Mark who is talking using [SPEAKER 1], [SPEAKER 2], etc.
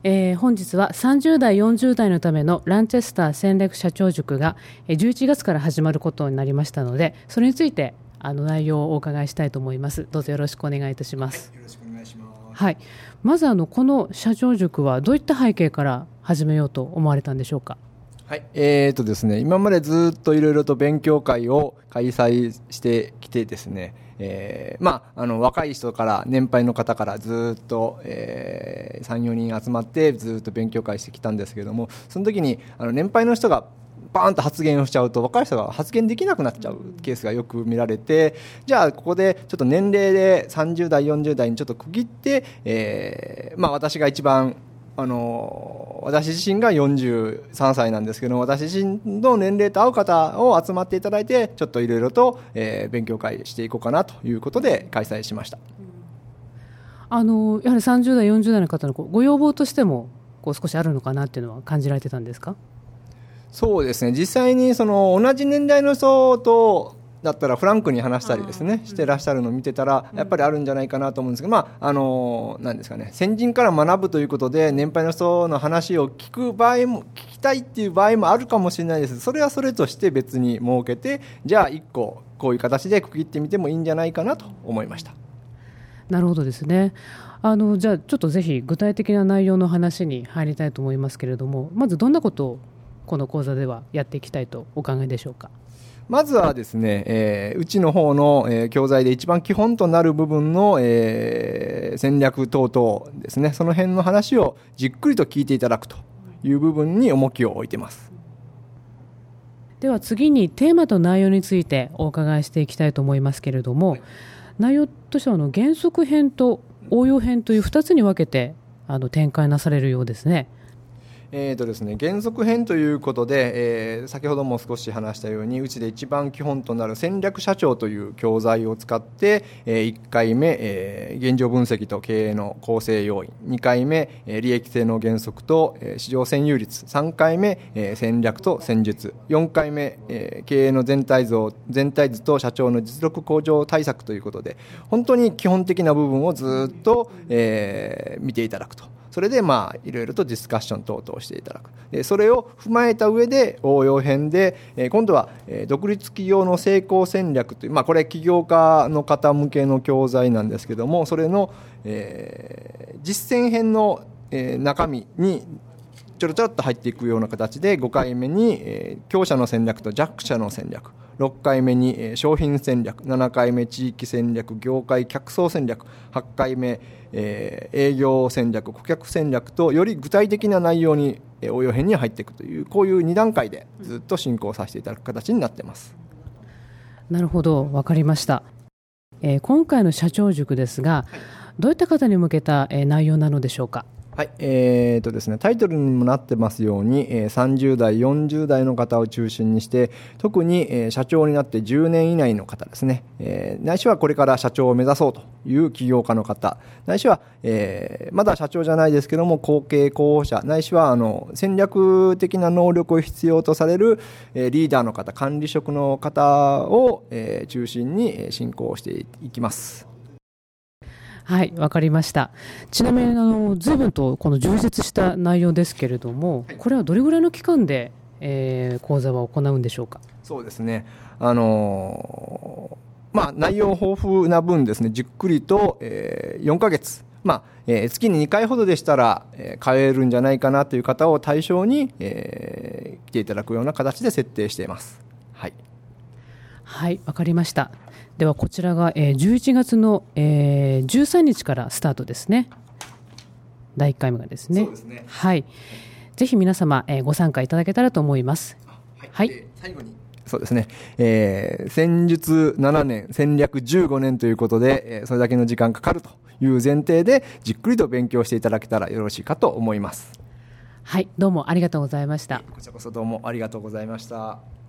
[SPEAKER 1] 本日は30代40代のためのランチェスター戦略社長塾が11月から始まることになりましたので、それについて内容をお伺いしたいと思います。どうぞよろしくお願いいたします。
[SPEAKER 2] よろしくお願いします。
[SPEAKER 1] はい、まずこの社長塾はどういった背景から始めようと思われたんでしょうか。
[SPEAKER 2] はい、ですね、今までずっといろいろと勉強会を開催してきてですね、若い人から年配の方からずっと、3、4人集まってずっと勉強会してきたんですけども、その時に年配の人がバーンと発言をしちゃうと若い人が発言できなくなっちゃうケースがよく見られて、じゃあここでちょっと年齢で30代40代にちょっと区切って、私が一番私自身が43歳なんですけども、私自身の年齢と合う方を集まっていただいてちょっといろいろと、勉強会していこうかなということで開催しました。
[SPEAKER 1] やはり30代40代の方のご要望としても少しあるのかなっていうのは感じられてたんですか。
[SPEAKER 2] そうですね、実際に同じ年代の人とだったらフランクに話したりですねしてらっしゃるのを見てたらやっぱりあるんじゃないかなと思うんですけど、なんですかね、先人から学ぶということで年配の人の話を聞きたいっていう場合もあるかもしれないです。それはそれとして別に設けて、じゃあ1個こういう形で区切ってみてもいいんじゃないかなと思いました。
[SPEAKER 1] なるほどですね。じゃあちょっとぜひ具体的な内容の話に入りたいと思いますけれども、まずどんなことをこの講座ではやっていきたいとお考えでしょうか。
[SPEAKER 2] まずはですね、うちの方の、教材で一番基本となる部分の、戦略等々ですね、その辺の話をじっくりと聞いていただくという部分に重きを置いています。
[SPEAKER 1] では次にテーマと内容についてお伺いしていきたいと思いますけれども、内容としては原則編と応用編という2つに分けて展開なされるようですね。
[SPEAKER 2] ですね、原則編ということで、先ほども少し話したようにうちで一番基本となる戦略社長という教材を使って、1回目、現状分析と経営の構成要因、2回目、利益性の原則と、市場占有率、3回目、戦略と戦術、4回目、経営の全体図と社長の実力向上対策ということで、本当に基本的な部分をずっと、見ていただくと。それでいろいろとディスカッション等々していただく。でそれを踏まえた上で応用編で、今度は独立企業の成功戦略という、これ起業家の方向けの教材なんですけども、それの、実践編の、中身にちょろちょろっと入っていくような形で、5回目に、強者の戦略と弱者の戦略、6回目に、商品戦略、7回目地域戦略、業界客層戦略、8回目、営業戦略、顧客戦略とより具体的な内容に、応用編に入っていくという、こういう2段階でずっと進行させていただく形になっています。
[SPEAKER 1] なるほど、分かりました。今回の社長塾ですが、どういった方に向けた、内容なのでしょうか。
[SPEAKER 2] はい、ですね、タイトルにもなってますように、30代40代の方を中心にして、特に、社長になって10年以内の方ですね、ないしはこれから社長を目指そうという起業家の方、ないしは、まだ社長じゃないですけども後継候補者、ないしは戦略的な能力を必要とされる、リーダーの方、管理職の方を、中心に進行していきます。
[SPEAKER 1] はい、わかりました。ちなみに随分とこの充実した内容ですけれども、これはどれぐらいの期間で、講座は行うんでしょうか。
[SPEAKER 2] そうですね、内容豊富な分ですね、じっくりと、4ヶ月、月に2回ほどでしたら、通えるんじゃないかなという方を対象に、来ていただくような形で設定しています。はい、
[SPEAKER 1] はい、わかりました。ではこちらが11月の13日からスタートですね。第1回目がですね。
[SPEAKER 2] そうですね。
[SPEAKER 1] はい。ぜひ皆様ご参加いただけたらと思います。はい。
[SPEAKER 2] 最後にそうですね、戦術7年戦略15年ということで、それだけの時間かかるという前提でじっくりと勉強していただけたらよろしいかと思います。
[SPEAKER 1] はい、どうもありがとうございました。
[SPEAKER 2] こちらこそどうもありがとうございました。